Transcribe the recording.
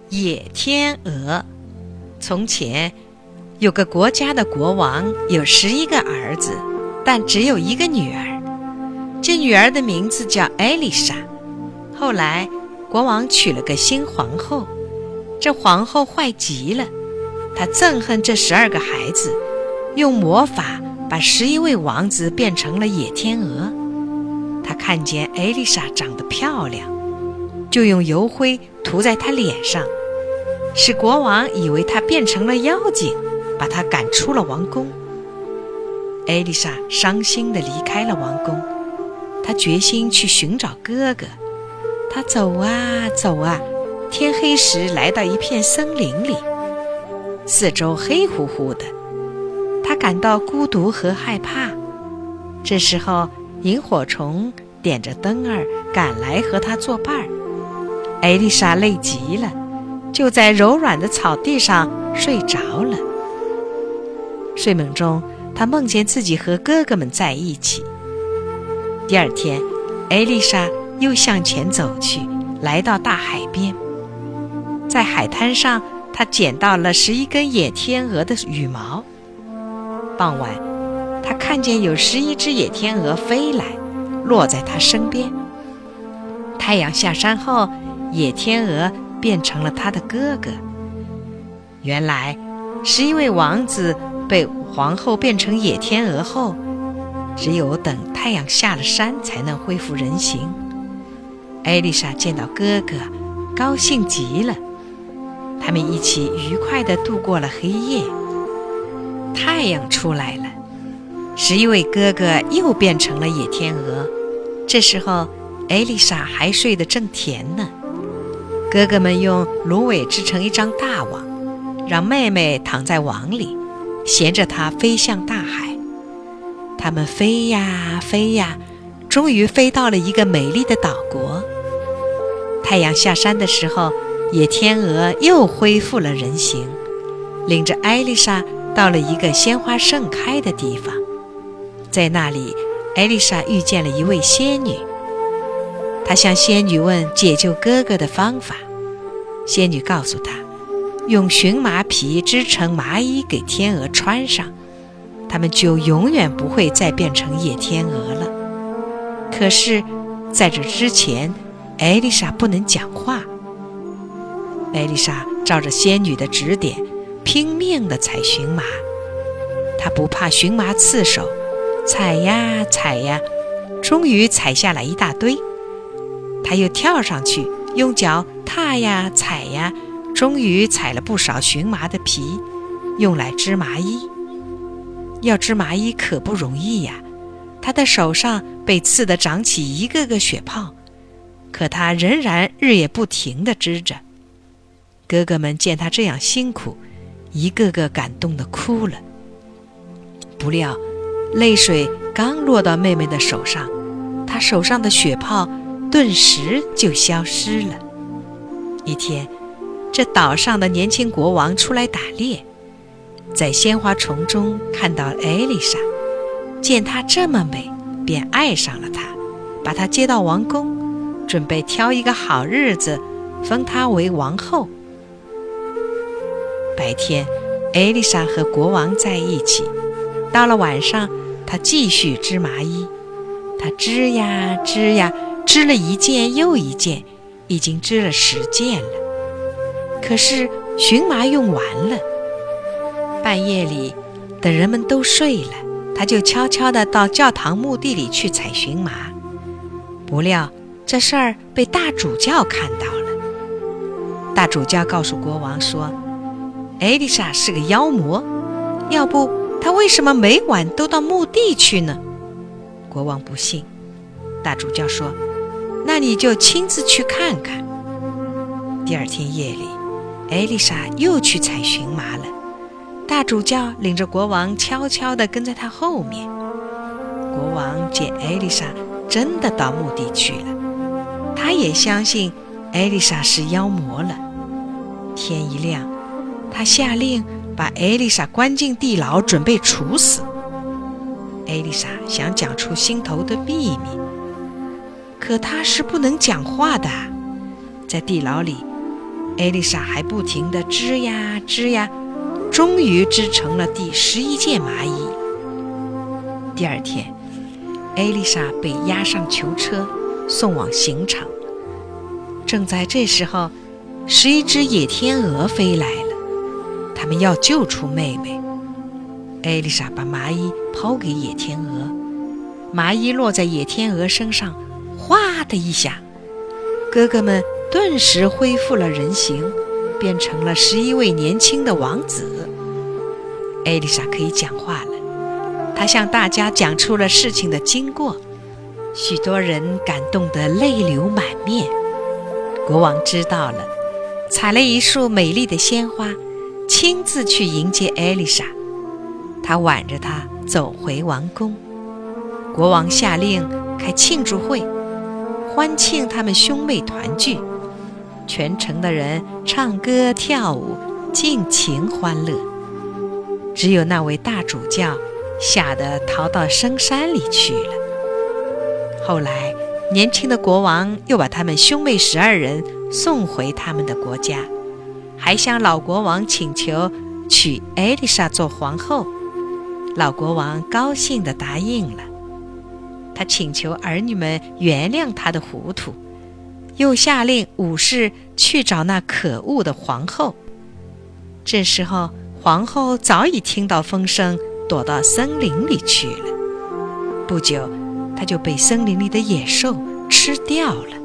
野天鹅。从前有个国家的国王，有11个儿子，但只有一个女儿。这女儿的名字叫艾丽莎。后来国王娶了个新皇后，这皇后坏极了，她憎恨这12个孩子，用魔法把11位王子变成了野天鹅。她看见艾丽莎长得漂亮，就用油灰涂在她脸上，使国王以为她变成了妖精，把她赶出了王宫。艾丽莎伤心地离开了王宫，她决心去寻找哥哥。她走啊走啊，天黑时来到一片森林里，四周黑乎乎的，她感到孤独和害怕。这时候萤火虫点着灯儿赶来和她作伴儿。艾丽莎累极了，就在柔软的草地上睡着了。睡梦中，她梦见自己和哥哥们在一起。第二天，艾丽莎又向前走去，来到大海边。在海滩上，她捡到了11根野天鹅的羽毛。傍晚，她看见有11只野天鹅飞来，落在她身边。太阳下山后，野天鹅变成了她的哥哥。原来11位王子被皇后变成野天鹅后，只有等太阳下了山才能恢复人形。艾丽莎见到哥哥，高兴极了。他们一起愉快地度过了黑夜。太阳出来了，11位哥哥又变成了野天鹅。这时候艾丽莎还睡得正甜呢。哥哥们用芦苇织成一张大网，让妹妹躺在网里，衔着她飞向大海。他们飞呀飞呀，终于飞到了一个美丽的岛国。太阳下山的时候，野天鹅又恢复了人形，领着艾丽莎到了一个鲜花盛开的地方。在那里，艾丽莎遇见了一位仙女。她向仙女问解救哥哥的方法。仙女告诉她，用荨麻皮织成麻衣给天鹅穿上，它们就永远不会再变成野天鹅了。可是在这之前，艾丽莎不能讲话。艾丽莎照着仙女的指点，拼命地采荨麻。她不怕荨麻刺手，采呀采呀，终于采下来一大堆。她又跳上去，用脚踏呀踩呀，终于采了不少荨麻的皮，用来织麻衣。要织麻衣可不容易呀，她的手上被刺得长起一个个血泡，可她仍然日夜不停地织着。哥哥们见她这样辛苦，一个个感动地哭了。不料泪水刚落到妹妹的手上，她手上的血泡顿时就消失了。一天，这岛上的年轻国王出来打猎，在鲜花丛中看到艾丽莎，见她这么美，便爱上了她，把她接到王宫，准备挑一个好日子封她为王后。白天，艾丽莎和国王在一起，到了晚上，她继续织麻衣。她织呀织呀，织了一件又一件，已经织了10件了。可是荨麻用完了。半夜里，等人们都睡了，她就悄悄地到教堂墓地里去采荨麻。不料这事儿被大主教看到了。大主教告诉国王说，艾丽莎是个妖魔，要不她为什么每晚都到墓地去呢？国王不信。大主教说，那你就亲自去看看。第二天夜里，艾丽莎又去采荨麻了。大主教领着国王悄悄地跟在他后面。国王见艾丽莎真的到墓地去了，他也相信艾丽莎是妖魔了。天一亮，他下令把艾丽莎关进地牢，准备处死。艾丽莎想讲出心头的秘密，可她是不能讲话的。在地牢里， 艾丽莎还不停地织呀织呀，终于织成了第11件麻衣。第二天，艾丽莎被押上囚车，送往刑场。正在这时候，11只野天鹅飞来了，他们要救出妹妹。艾丽莎把麻衣抛给野天鹅，麻衣落在野天鹅身上，哗的一下，哥哥们顿时恢复了人形，变成了11位年轻的王子。艾丽莎可以讲话了，她向大家讲出了事情的经过，许多人感动得泪流满面。国王知道了，采了一束美丽的鲜花，亲自去迎接艾丽莎。他挽着她走回王宫。国王下令开庆祝会，欢庆他们兄妹团聚。全城的人唱歌跳舞，尽情欢乐。只有那位大主教吓得逃到深山里去了。后来年轻的国王又把他们兄妹12人送回他们的国家，还向老国王请求娶艾丽莎做皇后。老国王高兴地答应了，他请求儿女们原谅他的糊涂，又下令武士去找那可恶的皇后。这时候皇后早已听到风声，躲到森林里去了。不久，她就被森林里的野兽吃掉了。